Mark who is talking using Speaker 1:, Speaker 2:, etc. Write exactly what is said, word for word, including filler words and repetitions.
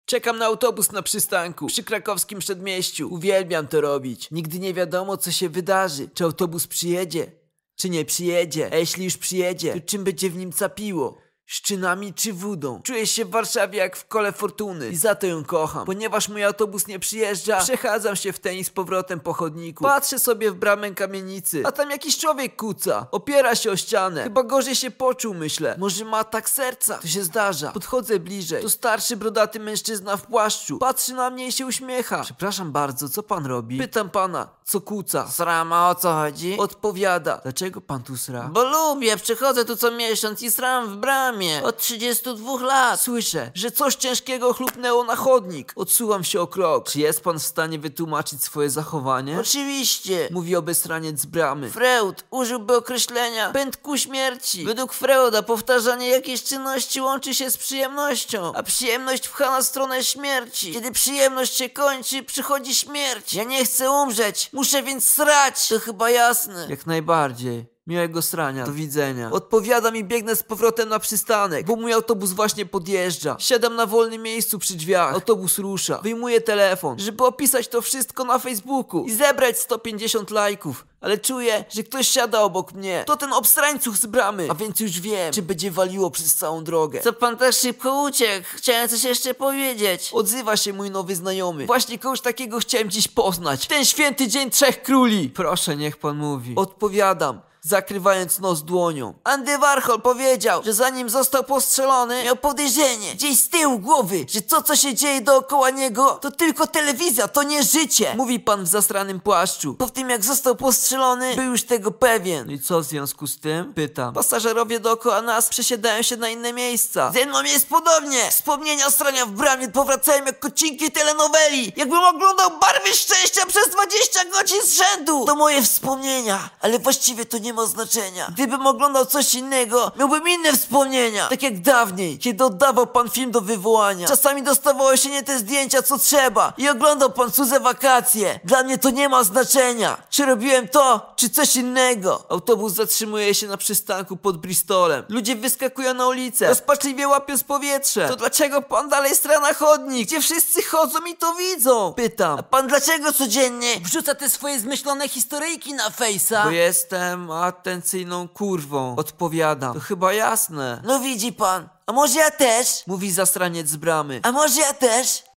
Speaker 1: Czekam na autobus na przystanku przy krakowskim przedmieściu. Uwielbiam to robić. Nigdy nie wiadomo, co się wydarzy. Czy autobus przyjedzie, czy nie przyjedzie. A jeśli już przyjedzie, to czym będzie w nim capiło? Szczynami czy wódą? Czuję się w Warszawie jak w kole fortuny i za to ją kocham. Ponieważ mój autobus nie przyjeżdża, przechadzam się w ten i z powrotem po chodniku. Patrzę sobie w bramę kamienicy, a tam jakiś człowiek kuca. Opiera się o ścianę. Chyba gorzej się poczuł, myślę. Może ma atak serca? To się zdarza. Podchodzę bliżej. To starszy, brodaty mężczyzna w płaszczu. Patrzy na mnie i się uśmiecha. Przepraszam bardzo, co pan robi? Pytam pana, co kuca.
Speaker 2: Srama, o co chodzi?
Speaker 1: Odpowiada. Dlaczego pan tu sra?
Speaker 2: Bo lubię, przychodzę tu co miesiąc i sram w bramie. Od trzydziestu dwóch lat.
Speaker 1: Słyszę, że coś ciężkiego chlupnęło na chodnik. Odsuwam się o krok. Czy jest pan w stanie wytłumaczyć swoje zachowanie?
Speaker 2: Oczywiście.
Speaker 1: Mówi obesraniec z bramy.
Speaker 2: Freud użyłby określenia pęd ku śmierci. Według Freuda powtarzanie jakiejś czynności łączy się z przyjemnością, a przyjemność pcha na stronę śmierci. Kiedy przyjemność się kończy, przychodzi śmierć. Ja nie chcę umrzeć, muszę więc srać. To chyba jasne.
Speaker 1: Jak najbardziej. Miłego srania. Do widzenia. Odpowiadam i biegnę z powrotem na przystanek, bo mój autobus właśnie podjeżdża. Siadam na wolnym miejscu przy drzwiach. Autobus rusza. Wyjmuję telefon, żeby opisać to wszystko na Facebooku i zebrać sto pięćdziesiąt lajków. Ale czuję, że ktoś siada obok mnie. To ten obstrańcuch z bramy. A więc już wiem, czy będzie waliło przez całą drogę.
Speaker 2: Co pan tak szybko uciekł? Chciałem coś jeszcze powiedzieć.
Speaker 1: Odzywa się mój nowy znajomy. Właśnie kogoś takiego chciałem dziś poznać. Ten święty dzień trzech króli. Proszę, niech pan mówi. Odpowiadam, zakrywając nos dłonią.
Speaker 2: Andy Warhol powiedział, że zanim został postrzelony, miał podejrzenie gdzieś z tyłu głowy, że to, co się dzieje dookoła niego, to tylko telewizja, to nie życie.
Speaker 1: Mówi pan w zasranym płaszczu.
Speaker 2: Po tym, jak został postrzelony, był już tego pewien.
Speaker 1: No i co w związku z tym? Pytam. Pasażerowie dookoła nas przesiadają się na inne miejsca.
Speaker 2: Ze mną jest podobnie. Wspomnienia strania w bramie powracają jak odcinki telenoweli. Jakbym oglądał Barwy Szczęścia przez dwadzieścia godzin z rzędu. To moje wspomnienia, ale właściwie to nie ma znaczenia. Gdybym oglądał coś innego, miałbym inne wspomnienia.
Speaker 1: Tak jak dawniej, kiedy oddawał pan film do wywołania.
Speaker 2: Czasami dostawało się nie te zdjęcia, co trzeba i oglądał pan cudze wakacje. Dla mnie to nie ma znaczenia. Czy robiłem to, czy coś innego.
Speaker 1: Autobus zatrzymuje się na przystanku pod Bristolem. Ludzie wyskakują na ulicę, rozpaczliwie łapiąc powietrze. To dlaczego pan dalej stra na chodnik, gdzie wszyscy chodzą i to widzą? Pytam.
Speaker 2: A pan dlaczego codziennie wrzuca te swoje zmyślone historyjki na fejsa?
Speaker 1: Bo jestem atencyjną kurwą. Odpowiadam. To chyba jasne.
Speaker 2: No widzi pan. A może ja też?
Speaker 1: Mówi zasraniec z bramy.
Speaker 2: A może ja też?